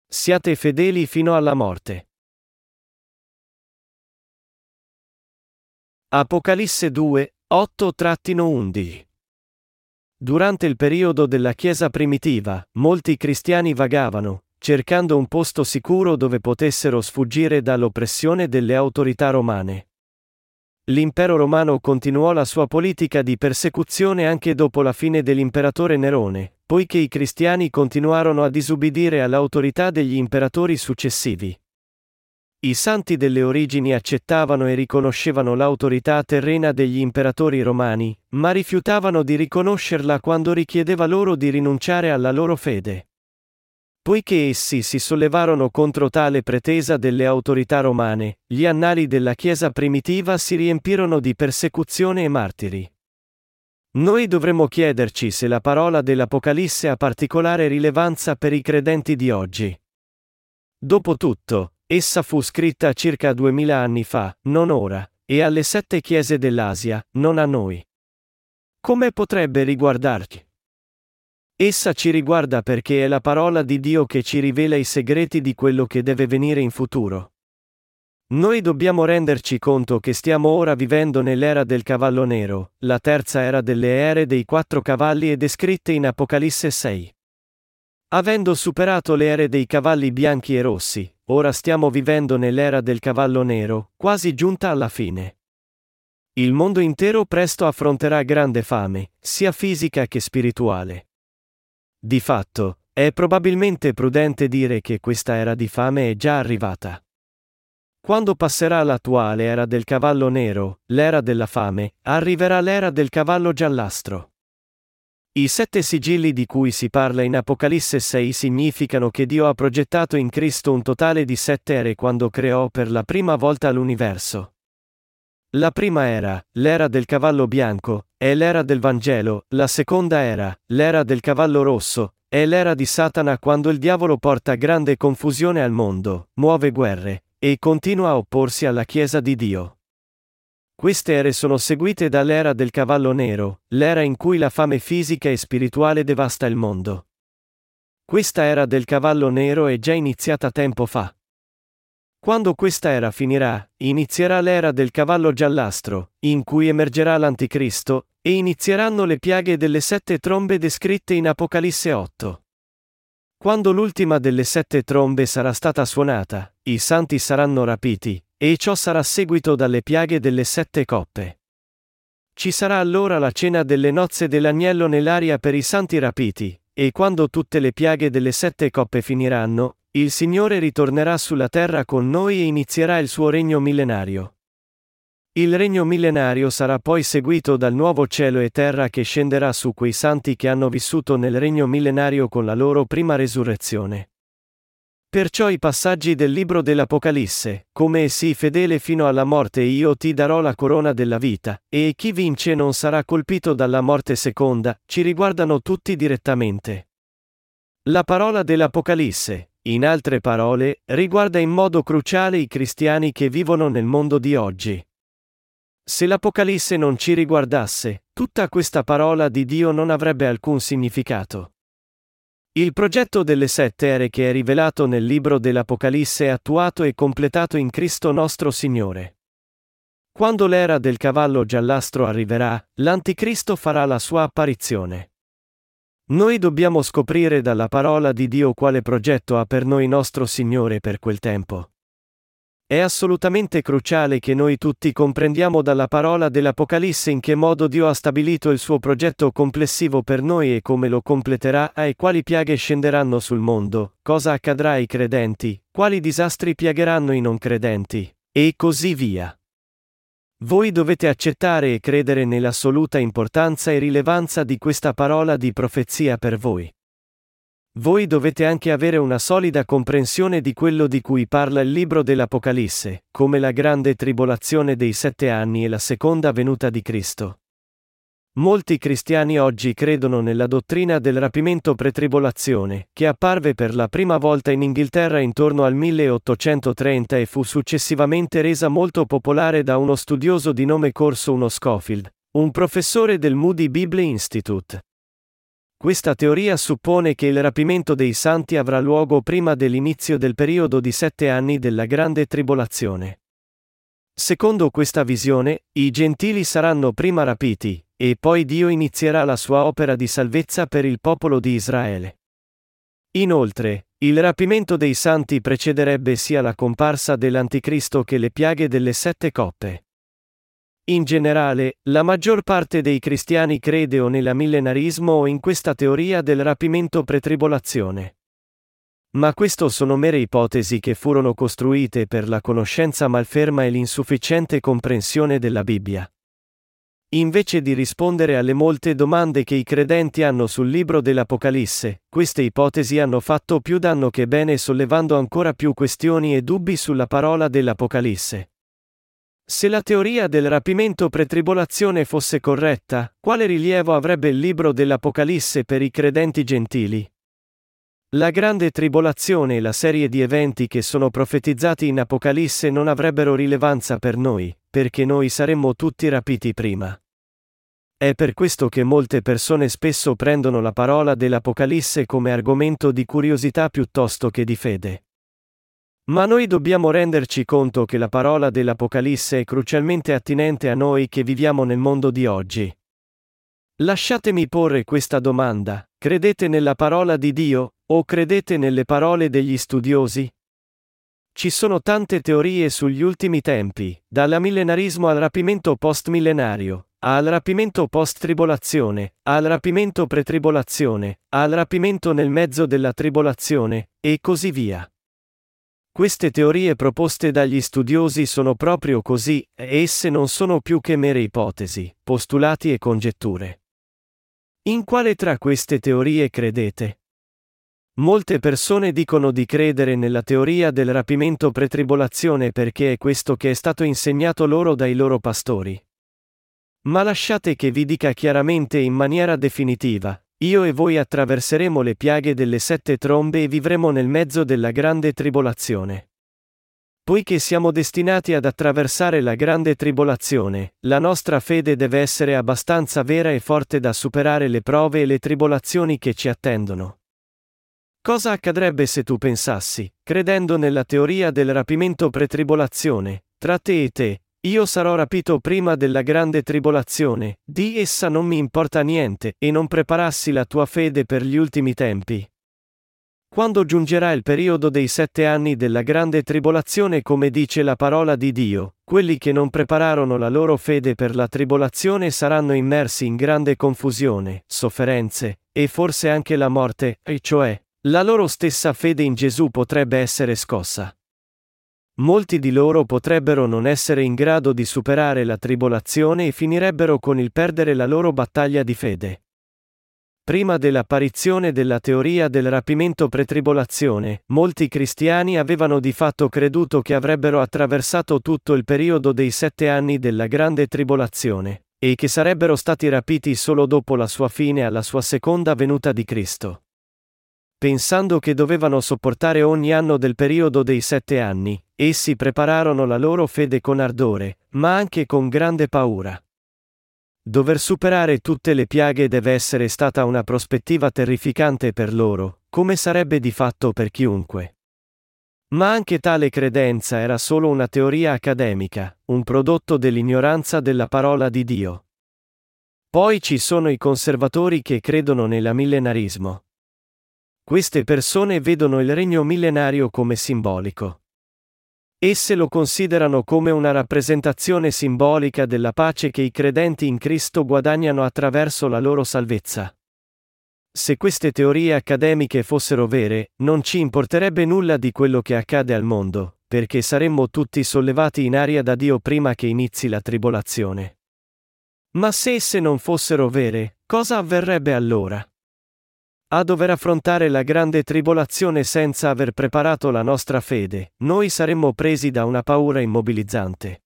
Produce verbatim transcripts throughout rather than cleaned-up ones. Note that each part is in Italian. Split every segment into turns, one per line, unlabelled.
Siate fedeli fino alla morte. Apocalisse due, otto undici. Durante il periodo della Chiesa primitiva, molti cristiani vagavano, cercando un posto sicuro dove potessero sfuggire dall'oppressione delle autorità romane. L'impero romano continuò la sua politica di persecuzione anche dopo la fine dell'imperatore Nerone, poiché i cristiani continuarono a disubbidire all'autorità degli imperatori successivi. I santi delle origini accettavano e riconoscevano l'autorità terrena degli imperatori romani, ma rifiutavano di riconoscerla quando richiedeva loro di rinunciare alla loro fede. Poiché essi si sollevarono contro tale pretesa delle autorità romane, gli annali della Chiesa primitiva si riempirono di persecuzione e martiri. Noi dovremmo chiederci se la parola dell'Apocalisse ha particolare rilevanza per i credenti di oggi. Dopotutto, essa fu scritta circa duemila anni fa, non ora, e alle sette chiese dell'Asia, non a noi. Come potrebbe riguardarci? Essa ci riguarda perché è la parola di Dio che ci rivela i segreti di quello che deve venire in futuro. Noi dobbiamo renderci conto che stiamo ora vivendo nell'era del cavallo nero, la terza era delle ere dei quattro cavalli e descritte in Apocalisse sei. Avendo superato le ere dei cavalli bianchi e rossi, ora stiamo vivendo nell'era del cavallo nero, quasi giunta alla fine. Il mondo intero presto affronterà grande fame, sia fisica che spirituale. Di fatto, è probabilmente prudente dire che questa era di fame è già arrivata. Quando passerà l'attuale era del cavallo nero, l'era della fame, arriverà l'era del cavallo giallastro. I sette sigilli di cui si parla in Apocalisse sei significano che Dio ha progettato in Cristo un totale di sette ere quando creò per la prima volta l'universo. La prima era, l'era del cavallo bianco, è l'era del Vangelo, la seconda era, l'era del cavallo rosso, è l'era di Satana quando il diavolo porta grande confusione al mondo, muove guerre, e continua a opporsi alla Chiesa di Dio. Queste ere sono seguite dall'era del cavallo nero, l'era in cui la fame fisica e spirituale devasta il mondo. Questa era del cavallo nero è già iniziata tempo fa. Quando questa era finirà, inizierà l'era del cavallo giallastro, in cui emergerà l'Anticristo, e inizieranno le piaghe delle sette trombe descritte in Apocalisse otto. Quando l'ultima delle sette trombe sarà stata suonata, i santi saranno rapiti, e ciò sarà seguito dalle piaghe delle sette coppe. Ci sarà allora la cena delle nozze dell'agnello nell'aria per i santi rapiti, e quando tutte le piaghe delle sette coppe finiranno, il Signore ritornerà sulla terra con noi e inizierà il suo regno millenario. Il regno millenario sarà poi seguito dal nuovo cielo e terra che scenderà su quei santi che hanno vissuto nel regno millenario con la loro prima resurrezione. Perciò i passaggi del libro dell'Apocalisse, come sii fedele fino alla morte e io ti darò la corona della vita, e chi vince non sarà colpito dalla morte seconda, ci riguardano tutti direttamente. La parola dell'Apocalisse, in altre parole, riguarda in modo cruciale i cristiani che vivono nel mondo di oggi. Se l'Apocalisse non ci riguardasse, tutta questa parola di Dio non avrebbe alcun significato. Il progetto delle sette ere che è rivelato nel libro dell'Apocalisse è attuato e completato in Cristo nostro Signore. Quando l'era del cavallo giallastro arriverà, l'Anticristo farà la sua apparizione. Noi dobbiamo scoprire dalla parola di Dio quale progetto ha per noi nostro Signore per quel tempo. È assolutamente cruciale che noi tutti comprendiamo dalla parola dell'Apocalisse in che modo Dio ha stabilito il suo progetto complessivo per noi e come lo completerà e quali piaghe scenderanno sul mondo, cosa accadrà ai credenti, quali disastri piagheranno i non credenti, e così via. Voi dovete accettare e credere nell'assoluta importanza e rilevanza di questa parola di profezia per voi. Voi dovete anche avere una solida comprensione di quello di cui parla il libro dell'Apocalisse, come la grande tribolazione dei sette anni e la seconda venuta di Cristo. Molti cristiani oggi credono nella dottrina del rapimento pretribolazione, che apparve per la prima volta in Inghilterra intorno al milleottocentotrenta e fu successivamente resa molto popolare da uno studioso di nome Corso I Scofield, un professore del Moody Bible Institute. Questa teoria suppone che il rapimento dei santi avrà luogo prima dell'inizio del periodo di sette anni della Grande Tribolazione. Secondo questa visione, i gentili saranno prima rapiti, e poi Dio inizierà la sua opera di salvezza per il popolo di Israele. Inoltre, il rapimento dei santi precederebbe sia la comparsa dell'Anticristo che le piaghe delle sette coppe. In generale, la maggior parte dei cristiani crede o nella millenarismo o in questa teoria del rapimento pretribolazione. Ma questo sono mere ipotesi che furono costruite per la conoscenza malferma e l'insufficiente comprensione della Bibbia. Invece di rispondere alle molte domande che i credenti hanno sul libro dell'Apocalisse, queste ipotesi hanno fatto più danno che bene sollevando ancora più questioni e dubbi sulla parola dell'Apocalisse. Se la teoria del rapimento pretribolazione fosse corretta, quale rilievo avrebbe il libro dell'Apocalisse per i credenti gentili? La grande tribolazione e la serie di eventi che sono profetizzati in Apocalisse non avrebbero rilevanza per noi, perché noi saremmo tutti rapiti prima. È per questo che molte persone spesso prendono la parola dell'Apocalisse come argomento di curiosità piuttosto che di fede. Ma noi dobbiamo renderci conto che la parola dell'Apocalisse è crucialmente attinente a noi che viviamo nel mondo di oggi. Lasciatemi porre questa domanda: credete nella parola di Dio, o credete nelle parole degli studiosi? Ci sono tante teorie sugli ultimi tempi, dall'amillenarismo al rapimento post-millenario, al rapimento post-tribolazione, al rapimento pretribolazione, al rapimento nel mezzo della tribolazione, e così via. Queste teorie proposte dagli studiosi sono proprio così, e esse non sono più che mere ipotesi, postulati e congetture. In quale tra queste teorie credete? Molte persone dicono di credere nella teoria del rapimento pretribolazione perché è questo che è stato insegnato loro dai loro pastori. Ma lasciate che vi dica chiaramente e in maniera definitiva: io e voi attraverseremo le piaghe delle sette trombe e vivremo nel mezzo della grande tribolazione. Poiché siamo destinati ad attraversare la grande tribolazione, la nostra fede deve essere abbastanza vera e forte da superare le prove e le tribolazioni che ci attendono. Cosa accadrebbe se tu pensassi, credendo nella teoria del rapimento pretribolazione, tra te e te: io sarò rapito prima della grande tribolazione, di essa non mi importa niente, e non preparassi la tua fede per gli ultimi tempi? Quando giungerà il periodo dei sette anni della grande tribolazione, come dice la parola di Dio, quelli che non prepararono la loro fede per la tribolazione saranno immersi in grande confusione, sofferenze, e forse anche la morte, e cioè, la loro stessa fede in Gesù potrebbe essere scossa. Molti di loro potrebbero non essere in grado di superare la tribolazione e finirebbero con il perdere la loro battaglia di fede. Prima dell'apparizione della teoria del rapimento pretribolazione, molti cristiani avevano di fatto creduto che avrebbero attraversato tutto il periodo dei sette anni della grande tribolazione, e che sarebbero stati rapiti solo dopo la sua fine alla sua seconda venuta di Cristo. Pensando che dovevano sopportare ogni anno del periodo dei sette anni, essi prepararono la loro fede con ardore, ma anche con grande paura. Dover superare tutte le piaghe deve essere stata una prospettiva terrificante per loro, come sarebbe di fatto per chiunque. Ma anche tale credenza era solo una teoria accademica, un prodotto dell'ignoranza della parola di Dio. Poi ci sono i conservatori che credono nell'amillenarismo. Queste persone vedono il regno millenario come simbolico. Esse lo considerano come una rappresentazione simbolica della pace che i credenti in Cristo guadagnano attraverso la loro salvezza. Se queste teorie accademiche fossero vere, non ci importerebbe nulla di quello che accade al mondo, perché saremmo tutti sollevati in aria da Dio prima che inizi la tribolazione. Ma se esse non fossero vere, cosa avverrebbe allora? A dover affrontare la grande tribolazione senza aver preparato la nostra fede, noi saremmo presi da una paura immobilizzante.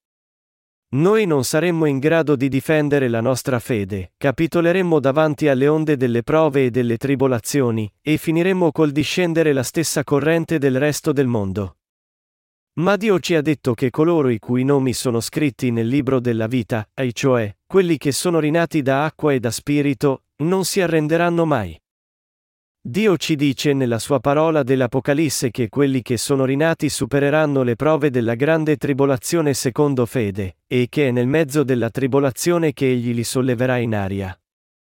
Noi non saremmo in grado di difendere la nostra fede, capitoleremmo davanti alle onde delle prove e delle tribolazioni, e finiremmo col discendere la stessa corrente del resto del mondo. Ma Dio ci ha detto che coloro i cui nomi sono scritti nel libro della vita, e cioè, quelli che sono rinati da acqua e da spirito, non si arrenderanno mai. Dio ci dice nella sua parola dell'Apocalisse che quelli che sono rinati supereranno le prove della grande tribolazione secondo fede, e che è nel mezzo della tribolazione che egli li solleverà in aria.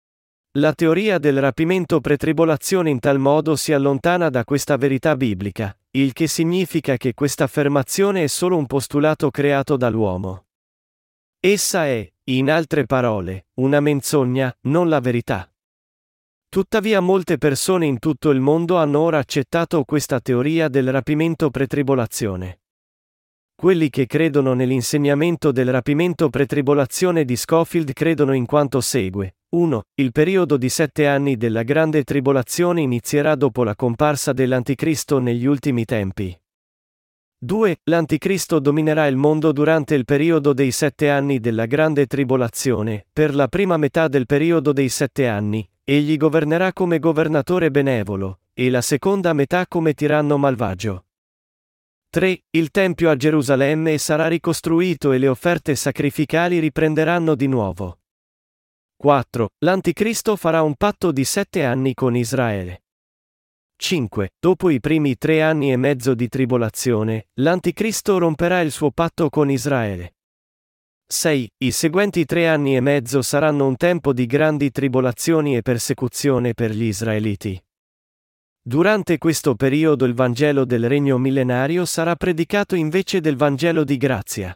La teoria del rapimento pretribolazione in tal modo si allontana da questa verità biblica, il che significa che questa affermazione è solo un postulato creato dall'uomo. Essa è, in altre parole, una menzogna, non la verità. Tuttavia molte persone in tutto il mondo hanno ora accettato questa teoria del rapimento pretribolazione. Quelli che credono nell'insegnamento del rapimento pretribolazione di Scofield credono in quanto segue. uno. Il periodo di sette anni della grande tribolazione inizierà dopo la comparsa dell'Anticristo negli ultimi tempi. due. L'Anticristo dominerà il mondo durante il periodo dei sette anni della grande tribolazione, per la prima metà del periodo dei sette anni. Egli governerà come governatore benevolo, e la seconda metà come tiranno malvagio. tre. Il Tempio a Gerusalemme sarà ricostruito e le offerte sacrificali riprenderanno di nuovo. quattro. L'Anticristo farà un patto di sette anni con Israele. cinque. Dopo i primi tre anni e mezzo di tribolazione, l'Anticristo romperà il suo patto con Israele. sei. I seguenti tre anni e mezzo saranno un tempo di grandi tribolazioni e persecuzione per gli israeliti. Durante questo periodo il Vangelo del regno millenario sarà predicato invece del Vangelo di grazia.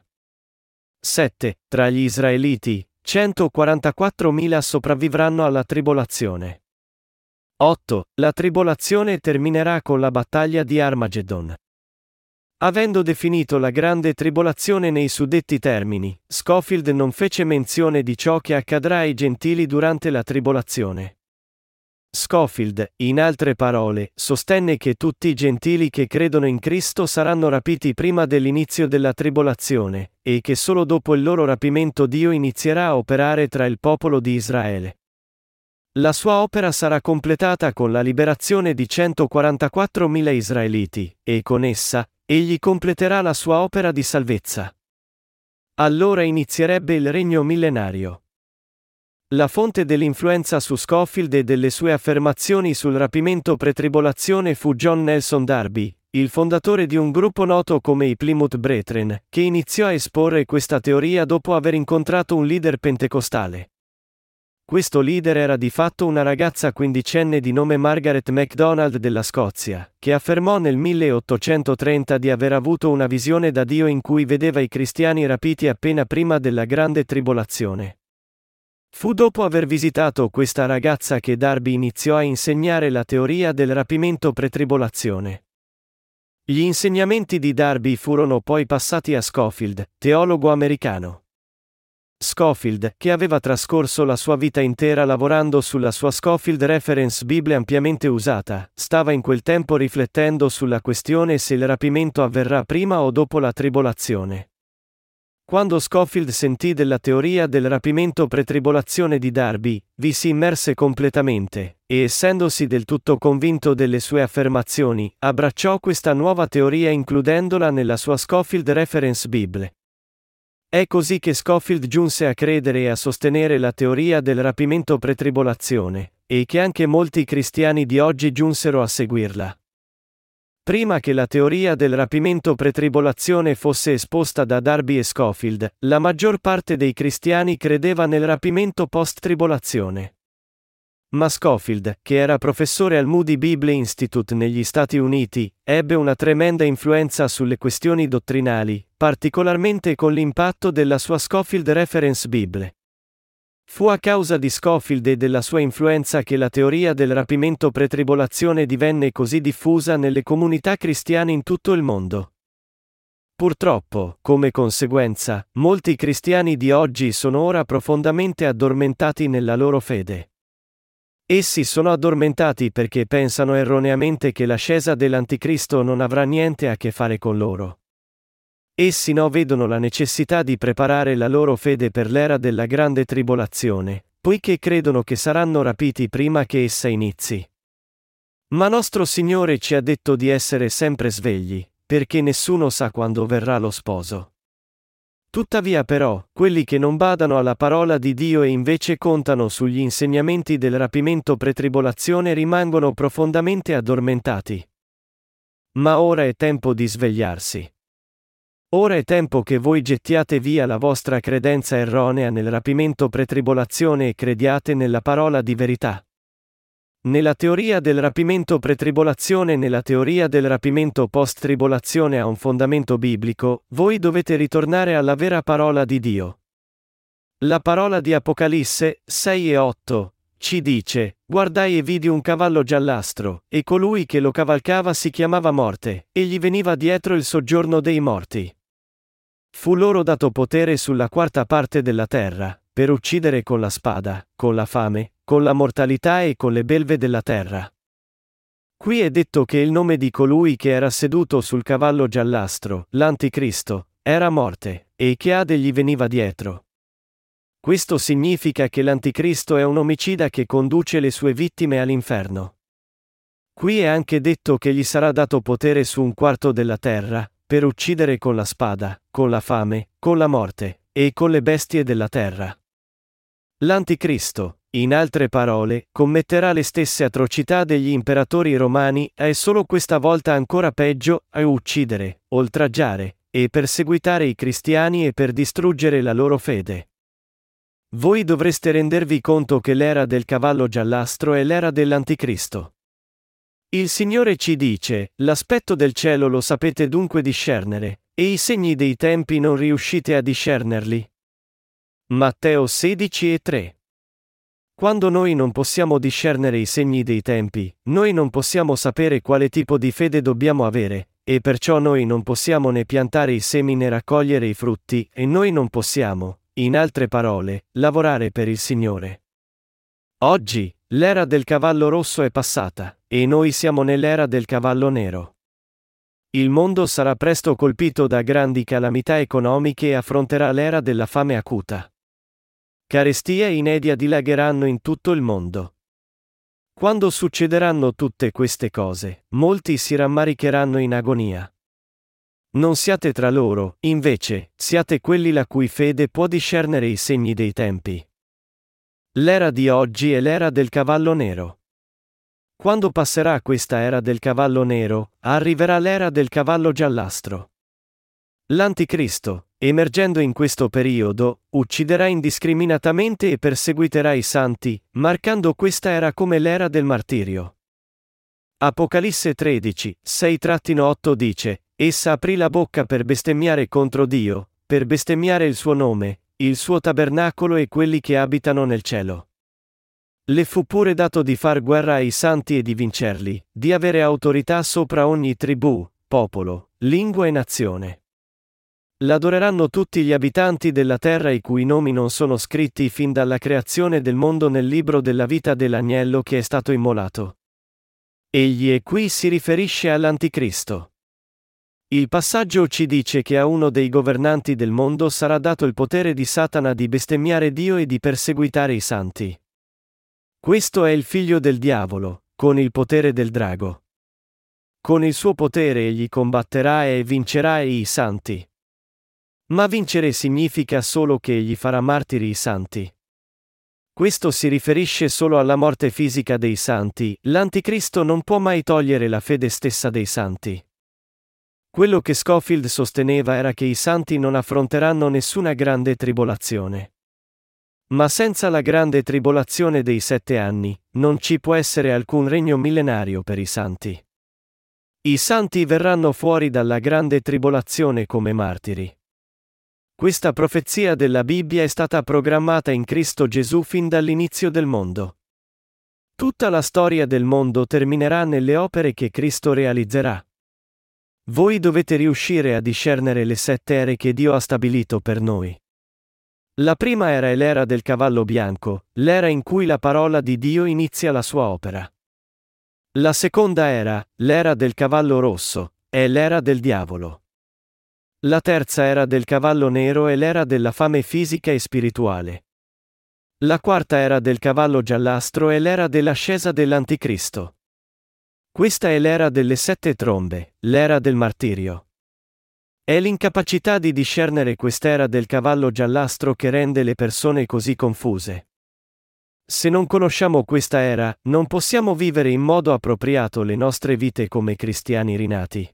sette. Tra gli israeliti, centoquarantaquattromila sopravvivranno alla tribolazione. otto. La tribolazione terminerà con la battaglia di Armageddon. Avendo definito la grande tribolazione nei suddetti termini, Scofield non fece menzione di ciò che accadrà ai gentili durante la tribolazione. Scofield, in altre parole, sostenne che tutti i gentili che credono in Cristo saranno rapiti prima dell'inizio della tribolazione, e che solo dopo il loro rapimento Dio inizierà a operare tra il popolo di Israele. La sua opera sarà completata con la liberazione di centoquarantaquattromila israeliti, e con essa, egli completerà la sua opera di salvezza. Allora inizierebbe il regno millenario. La fonte dell'influenza su Scofield e delle sue affermazioni sul rapimento pretribolazione fu John Nelson Darby, il fondatore di un gruppo noto come i Plymouth Brethren, che iniziò a esporre questa teoria dopo aver incontrato un leader pentecostale. Questo leader era di fatto una ragazza quindicenne di nome Margaret MacDonald della Scozia, che affermò nel milleottocentotrenta di aver avuto una visione da Dio in cui vedeva i cristiani rapiti appena prima della grande tribolazione. Fu dopo aver visitato questa ragazza che Darby iniziò a insegnare la teoria del rapimento pretribolazione. Gli insegnamenti di Darby furono poi passati a Scofield, teologo americano. Scofield, che aveva trascorso la sua vita intera lavorando sulla sua Scofield Reference Bible ampiamente usata, stava in quel tempo riflettendo sulla questione se il rapimento avverrà prima o dopo la tribolazione. Quando Scofield sentì della teoria del rapimento pretribolazione di Darby, vi si immerse completamente, e essendosi del tutto convinto delle sue affermazioni, abbracciò questa nuova teoria includendola nella sua Scofield Reference Bible. È così che Scofield giunse a credere e a sostenere la teoria del rapimento pretribolazione, e che anche molti cristiani di oggi giunsero a seguirla. Prima che la teoria del rapimento pretribolazione fosse esposta da Darby e Scofield, la maggior parte dei cristiani credeva nel rapimento post-tribolazione. Ma Scofield, che era professore al Moody Bible Institute negli Stati Uniti, ebbe una tremenda influenza sulle questioni dottrinali, particolarmente con l'impatto della sua Scofield Reference Bible. Fu a causa di Scofield e della sua influenza che la teoria del rapimento pretribolazione divenne così diffusa nelle comunità cristiane in tutto il mondo. Purtroppo, come conseguenza, molti cristiani di oggi sono ora profondamente addormentati nella loro fede. Essi sono addormentati perché pensano erroneamente che l'ascesa dell'Anticristo non avrà niente a che fare con loro. Essi no vedono la necessità di preparare la loro fede per l'era della grande tribolazione, poiché credono che saranno rapiti prima che essa inizi. Ma nostro Signore ci ha detto di essere sempre svegli, perché nessuno sa quando verrà lo sposo. Tuttavia però, quelli che non badano alla parola di Dio e invece contano sugli insegnamenti del rapimento pretribolazione rimangono profondamente addormentati. Ma ora è tempo di svegliarsi. Ora è tempo che voi gettiate via la vostra credenza erronea nel rapimento pretribolazione e crediate nella parola di verità. Nella teoria del rapimento pretribolazione e nella teoria del rapimento post-tribolazione ha un fondamento biblico, voi dovete ritornare alla vera parola di Dio. La parola di Apocalisse sei e otto ci dice: guardai e vidi un cavallo giallastro, e colui che lo cavalcava si chiamava Morte, e gli veniva dietro il soggiorno dei morti. Fu loro dato potere sulla quarta parte della terra, per uccidere con la spada, con la fame, con la mortalità e con le belve della terra. Qui è detto che il nome di colui che era seduto sul cavallo giallastro, l'Anticristo, era Morte, e che Ade gli veniva dietro. Questo significa che l'Anticristo è un omicida che conduce le sue vittime all'inferno. Qui è anche detto che gli sarà dato potere su un quarto della terra, per uccidere con la spada, con la fame, con la morte, e con le bestie della terra. L'Anticristo, in altre parole, commetterà le stesse atrocità degli imperatori romani, e solo questa volta ancora peggio, a uccidere, oltraggiare, e perseguitare i cristiani e per distruggere la loro fede. Voi dovreste rendervi conto che l'era del cavallo giallastro è l'era dell'Anticristo. Il Signore ci dice: l'aspetto del cielo lo sapete dunque discernere, e i segni dei tempi non riuscite a discernerli. Matteo sedici e tre. Quando noi non possiamo discernere i segni dei tempi, noi non possiamo sapere quale tipo di fede dobbiamo avere, e perciò noi non possiamo né piantare i semi né raccogliere i frutti, e noi non possiamo, in altre parole, lavorare per il Signore. Oggi, l'era del cavallo rosso è passata, e noi siamo nell'era del cavallo nero. Il mondo sarà presto colpito da grandi calamità economiche e affronterà l'era della fame acuta. Carestie e inedia dilagheranno in tutto il mondo. Quando succederanno tutte queste cose, molti si rammaricheranno in agonia. Non siate tra loro, invece, siate quelli la cui fede può discernere i segni dei tempi. L'era di oggi è l'era del cavallo nero. Quando passerà questa era del cavallo nero, arriverà l'era del cavallo giallastro. L'Anticristo, emergendo in questo periodo, ucciderà indiscriminatamente e perseguiterà i santi, marcando questa era come l'era del martirio. Apocalisse tredici, sei otto dice: essa aprì la bocca per bestemmiare contro Dio, per bestemmiare il suo nome, il suo tabernacolo e quelli che abitano nel cielo. Le fu pure dato di far guerra ai santi e di vincerli, di avere autorità sopra ogni tribù, popolo, lingua e nazione. L'adoreranno tutti gli abitanti della terra i cui nomi non sono scritti fin dalla creazione del mondo nel libro della vita dell'agnello che è stato immolato. Egli e qui si riferisce all'Anticristo. Il passaggio ci dice che a uno dei governanti del mondo sarà dato il potere di Satana di bestemmiare Dio e di perseguitare i santi. Questo è il figlio del diavolo, con il potere del drago. Con il suo potere egli combatterà e vincerà i santi. Ma vincere significa solo che egli farà martiri i santi. Questo si riferisce solo alla morte fisica dei santi, l'Anticristo non può mai togliere la fede stessa dei santi. Quello che Scofield sosteneva era che i santi non affronteranno nessuna grande tribolazione. Ma senza la grande tribolazione dei sette anni, non ci può essere alcun regno millenario per i santi. I santi verranno fuori dalla grande tribolazione come martiri. Questa profezia della Bibbia è stata programmata in Cristo Gesù fin dall'inizio del mondo. Tutta la storia del mondo terminerà nelle opere che Cristo realizzerà. Voi dovete riuscire a discernere le sette ere che Dio ha stabilito per noi. La prima era è l'era del cavallo bianco, l'era in cui la parola di Dio inizia la sua opera. La seconda era, l'era del cavallo rosso, è l'era del diavolo. La terza era del cavallo nero è l'era della fame fisica e spirituale. La quarta era del cavallo giallastro è l'era dell'ascesa dell'Anticristo. Questa è l'era delle sette trombe, l'era del martirio. È l'incapacità di discernere quest'era del cavallo giallastro che rende le persone così confuse. Se non conosciamo questa era, non possiamo vivere in modo appropriato le nostre vite come cristiani rinati.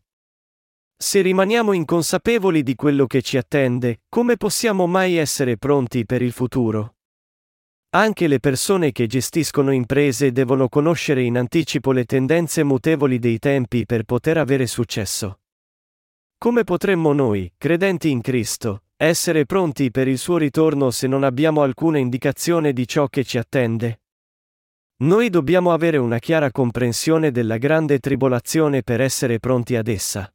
Se rimaniamo inconsapevoli di quello che ci attende, come possiamo mai essere pronti per il futuro? Anche le persone che gestiscono imprese devono conoscere in anticipo le tendenze mutevoli dei tempi per poter avere successo. Come potremmo noi, credenti in Cristo, essere pronti per il suo ritorno se non abbiamo alcuna indicazione di ciò che ci attende? Noi dobbiamo avere una chiara comprensione della grande tribolazione per essere pronti ad essa.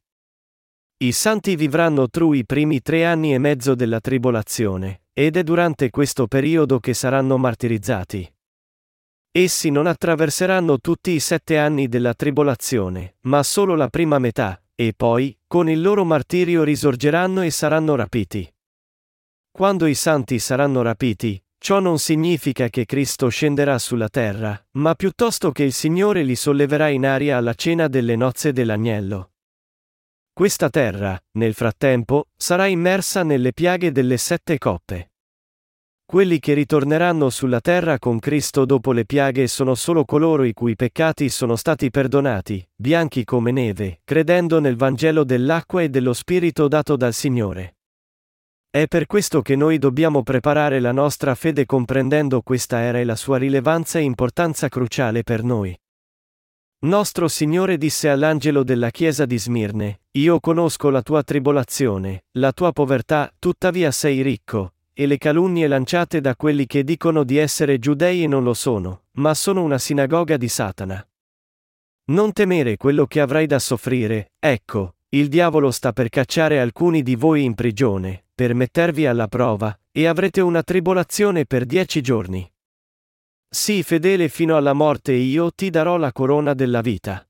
I santi vivranno through i primi tre anni e mezzo della tribolazione, ed è durante questo periodo che saranno martirizzati. Essi non attraverseranno tutti i sette anni della tribolazione, ma solo la prima metà, e poi, con il loro martirio risorgeranno e saranno rapiti. Quando i santi saranno rapiti, ciò non significa che Cristo scenderà sulla terra, ma piuttosto che il Signore li solleverà in aria alla cena delle nozze dell'agnello. Questa terra, nel frattempo, sarà immersa nelle piaghe delle sette coppe. Quelli che ritorneranno sulla terra con Cristo dopo le piaghe sono solo coloro i cui peccati sono stati perdonati, bianchi come neve, credendo nel Vangelo dell'acqua e dello Spirito dato dal Signore. È per questo che noi dobbiamo preparare la nostra fede comprendendo questa era e la sua rilevanza e importanza cruciale per noi. Nostro Signore disse all'angelo della chiesa di Smirne: Io conosco la tua tribolazione, la tua povertà, tuttavia sei ricco, e le calunnie lanciate da quelli che dicono di essere giudei e non lo sono, ma sono una sinagoga di Satana. Non temere quello che avrai da soffrire, ecco, il diavolo sta per cacciare alcuni di voi in prigione, per mettervi alla prova, e avrete una tribolazione per dieci giorni. Sii fedele fino alla morte e io ti darò la corona della vita.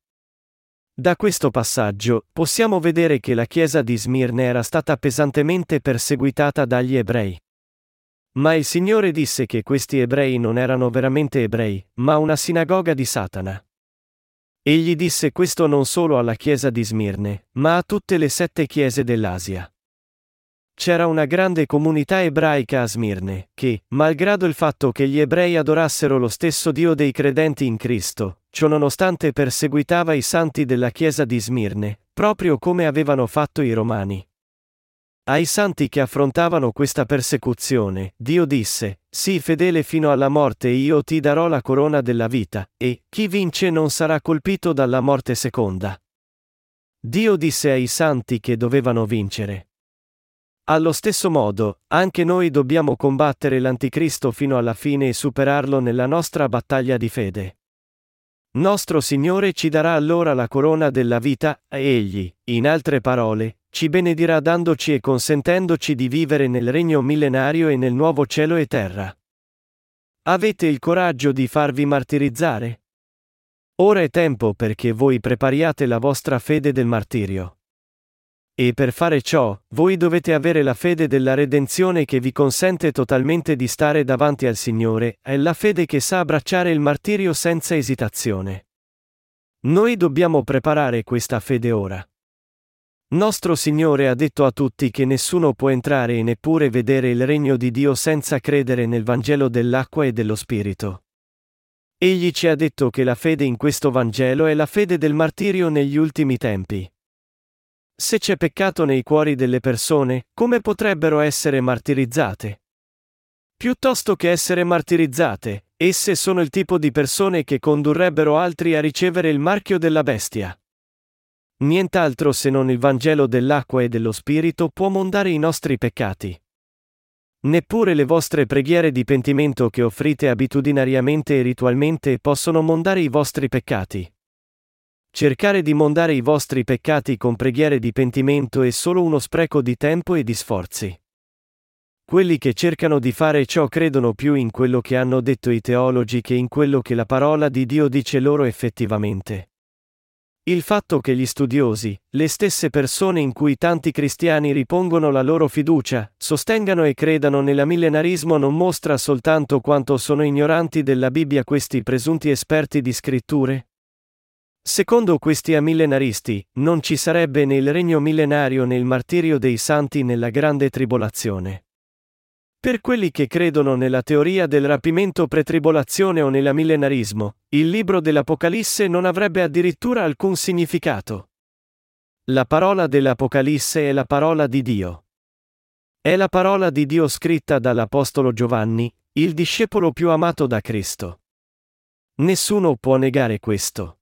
Da questo passaggio, possiamo vedere che la chiesa di Smirne era stata pesantemente perseguitata dagli ebrei. Ma il Signore disse che questi ebrei non erano veramente ebrei, ma una sinagoga di Satana. Egli disse questo non solo alla chiesa di Smirne, ma a tutte le sette chiese dell'Asia. C'era una grande comunità ebraica a Smirne, che, malgrado il fatto che gli ebrei adorassero lo stesso Dio dei credenti in Cristo, ciononostante perseguitava i santi della chiesa di Smirne, proprio come avevano fatto i Romani. Ai santi che affrontavano questa persecuzione, Dio disse: Sii fedele fino alla morte e io ti darò la corona della vita, e chi vince non sarà colpito dalla morte seconda. Dio disse ai santi che dovevano vincere. Allo stesso modo, anche noi dobbiamo combattere l'Anticristo fino alla fine e superarlo nella nostra battaglia di fede. Nostro Signore ci darà allora la corona della vita, e Egli, in altre parole, ci benedirà dandoci e consentendoci di vivere nel regno millenario e nel nuovo cielo e terra. Avete il coraggio di farvi martirizzare? Ora è tempo perché voi prepariate la vostra fede del martirio. E per fare ciò, voi dovete avere la fede della redenzione che vi consente totalmente di stare davanti al Signore, è la fede che sa abbracciare il martirio senza esitazione. Noi dobbiamo preparare questa fede ora. Nostro Signore ha detto a tutti che nessuno può entrare e neppure vedere il regno di Dio senza credere nel Vangelo dell'acqua e dello Spirito. Egli ci ha detto che la fede in questo Vangelo è la fede del martirio negli ultimi tempi. Se c'è peccato nei cuori delle persone, come potrebbero essere martirizzate? Piuttosto che essere martirizzate, esse sono il tipo di persone che condurrebbero altri a ricevere il marchio della bestia. Nient'altro se non il Vangelo dell'acqua e dello Spirito può mondare i nostri peccati. Neppure le vostre preghiere di pentimento che offrite abitudinariamente e ritualmente possono mondare i vostri peccati. Cercare di mondare i vostri peccati con preghiere di pentimento è solo uno spreco di tempo e di sforzi. Quelli che cercano di fare ciò credono più in quello che hanno detto i teologi che in quello che la parola di Dio dice loro effettivamente. Il fatto che gli studiosi, le stesse persone in cui tanti cristiani ripongono la loro fiducia, sostengano e credano nell'amillenarismo non mostra soltanto quanto sono ignoranti della Bibbia questi presunti esperti di scritture? Secondo questi amillenaristi, non ci sarebbe né il regno millenario né il martirio dei santi nella grande tribolazione. Per quelli che credono nella teoria del rapimento pretribolazione o nell'amillenarismo, il libro dell'Apocalisse non avrebbe addirittura alcun significato. La parola dell'Apocalisse è la parola di Dio. È la parola di Dio scritta dall'Apostolo Giovanni, il discepolo più amato da Cristo. Nessuno può negare questo.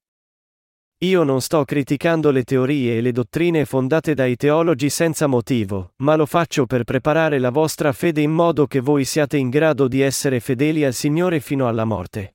Io non sto criticando le teorie e le dottrine fondate dai teologi senza motivo, ma lo faccio per preparare la vostra fede in modo che voi siate in grado di essere fedeli al Signore fino alla morte.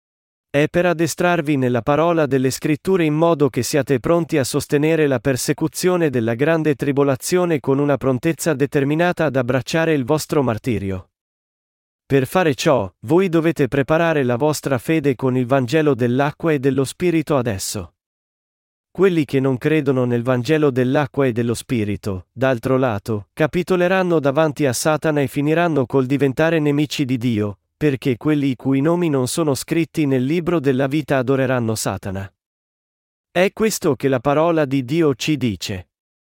È per addestrarvi nella parola delle Scritture in modo che siate pronti a sostenere la persecuzione della grande tribolazione con una prontezza determinata ad abbracciare il vostro martirio. Per fare ciò, voi dovete preparare la vostra fede con il Vangelo dell'acqua e dello Spirito adesso. Quelli che non credono nel Vangelo dell'acqua e dello Spirito, d'altro lato, capitoleranno davanti a Satana e finiranno col diventare nemici di Dio, perché quelli i cui nomi non sono scritti nel libro della vita adoreranno Satana. È questo che la parola di Dio ci dice.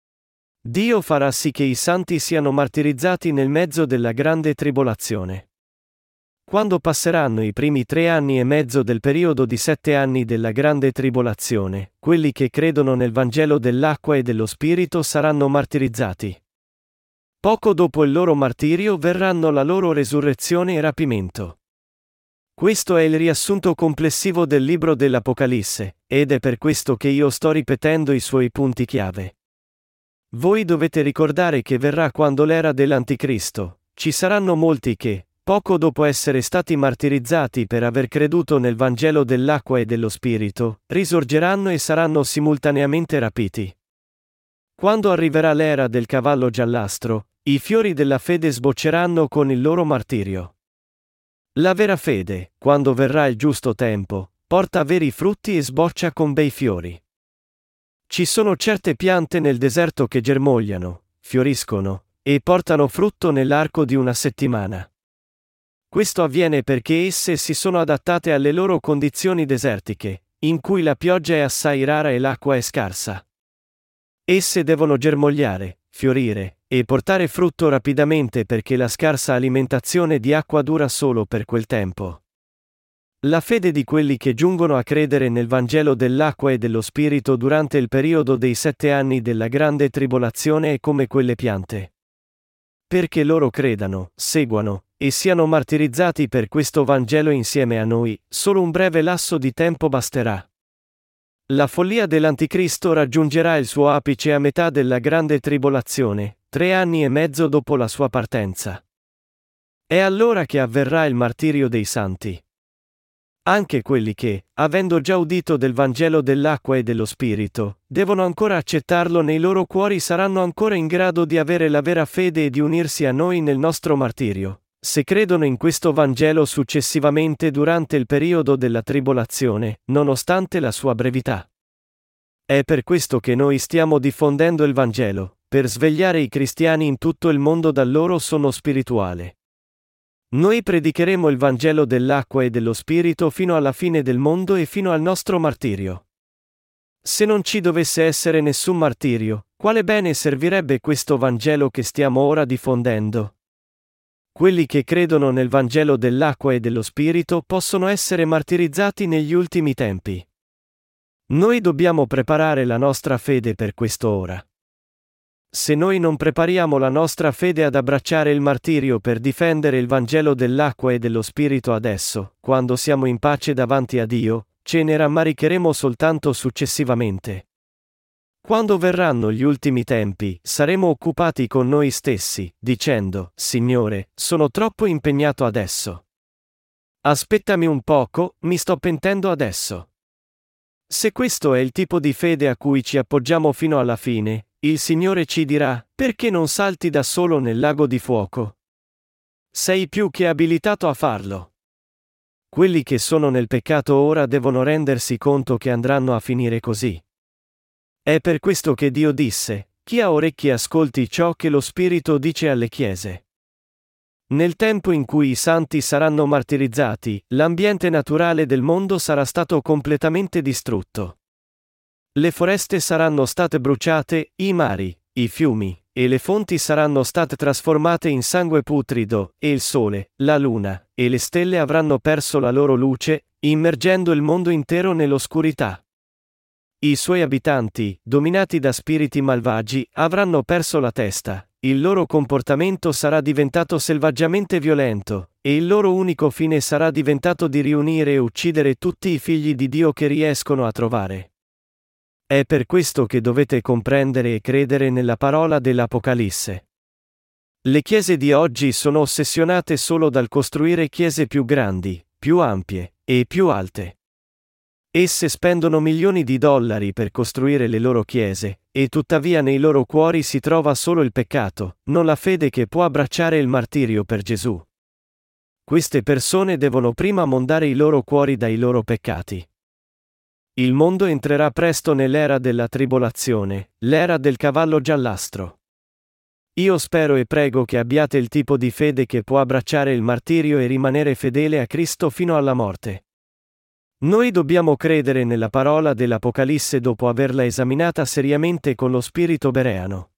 Dio farà sì che i santi siano martirizzati nel mezzo della grande tribolazione. Quando passeranno i primi tre anni e mezzo del periodo di sette anni della grande tribolazione, quelli che credono nel Vangelo dell'acqua e dello Spirito saranno martirizzati. Poco dopo il loro martirio verranno la loro resurrezione e rapimento. Questo è il riassunto complessivo del libro dell'Apocalisse, ed è per questo che io sto ripetendo i suoi punti chiave. Voi dovete ricordare che verrà quando l'era dell'Anticristo, ci saranno molti che, poco dopo essere stati martirizzati per aver creduto nel Vangelo dell'acqua e dello Spirito, risorgeranno e saranno simultaneamente rapiti. Quando arriverà l'era del cavallo giallastro, i fiori della fede sbocceranno con il loro martirio. La vera fede, quando verrà il giusto tempo, porta veri frutti e sboccia con bei fiori. Ci sono certe piante nel deserto che germogliano, fioriscono, e portano frutto nell'arco di una settimana. Questo avviene perché esse si sono adattate alle loro condizioni desertiche, in cui la pioggia è assai rara e l'acqua è scarsa. Esse devono germogliare, fiorire, e portare frutto rapidamente perché la scarsa alimentazione di acqua dura solo per quel tempo. La fede di quelli che giungono a credere nel Vangelo dell'acqua e dello Spirito durante il periodo dei sette anni della grande tribolazione è come quelle piante. Perché loro credano, seguano, e siano martirizzati per questo Vangelo insieme a noi, solo un breve lasso di tempo basterà. La follia dell'Anticristo raggiungerà il suo apice a metà della grande tribolazione, tre anni e mezzo dopo la sua partenza. È allora che avverrà il martirio dei santi. Anche quelli che, avendo già udito del Vangelo dell'acqua e dello Spirito, devono ancora accettarlo nei loro cuori saranno ancora in grado di avere la vera fede e di unirsi a noi nel nostro martirio, se credono in questo Vangelo successivamente durante il periodo della tribolazione, nonostante la sua brevità. È per questo che noi stiamo diffondendo il Vangelo, per svegliare i cristiani in tutto il mondo dal loro sonno spirituale. Noi predicheremo il Vangelo dell'acqua e dello Spirito fino alla fine del mondo e fino al nostro martirio. Se non ci dovesse essere nessun martirio, quale bene servirebbe questo Vangelo che stiamo ora diffondendo? Quelli che credono nel Vangelo dell'acqua e dello Spirito possono essere martirizzati negli ultimi tempi. Noi dobbiamo preparare la nostra fede per questo ora. Se noi non prepariamo la nostra fede ad abbracciare il martirio per difendere il Vangelo dell'acqua e dello Spirito adesso, quando siamo in pace davanti a Dio, ce ne rammaricheremo soltanto successivamente. Quando verranno gli ultimi tempi, saremo occupati con noi stessi, dicendo: Signore, sono troppo impegnato adesso. Aspettami un poco, mi sto pentendo adesso. Se questo è il tipo di fede a cui ci appoggiamo fino alla fine, il Signore ci dirà: perché non salti da solo nel lago di fuoco? Sei più che abilitato a farlo. Quelli che sono nel peccato ora devono rendersi conto che andranno a finire così. È per questo che Dio disse: chi ha orecchi ascolti ciò che lo Spirito dice alle chiese. Nel tempo in cui i santi saranno martirizzati, l'ambiente naturale del mondo sarà stato completamente distrutto. Le foreste saranno state bruciate, i mari, i fiumi, e le fonti saranno state trasformate in sangue putrido, e il sole, la luna, e le stelle avranno perso la loro luce, immergendo il mondo intero nell'oscurità. I suoi abitanti, dominati da spiriti malvagi, avranno perso la testa, il loro comportamento sarà diventato selvaggiamente violento, e il loro unico fine sarà diventato di riunire e uccidere tutti i figli di Dio che riescono a trovare. È per questo che dovete comprendere e credere nella parola dell'Apocalisse. Le chiese di oggi sono ossessionate solo dal costruire chiese più grandi, più ampie, e più alte. Esse spendono milioni di dollari per costruire le loro chiese, e tuttavia nei loro cuori si trova solo il peccato, non la fede che può abbracciare il martirio per Gesù. Queste persone devono prima mondare i loro cuori dai loro peccati. Il mondo entrerà presto nell'era della tribolazione, l'era del cavallo giallastro. Io spero e prego che abbiate il tipo di fede che può abbracciare il martirio e rimanere fedele a Cristo fino alla morte. Noi dobbiamo credere nella parola dell'Apocalisse dopo averla esaminata seriamente con lo spirito bereano.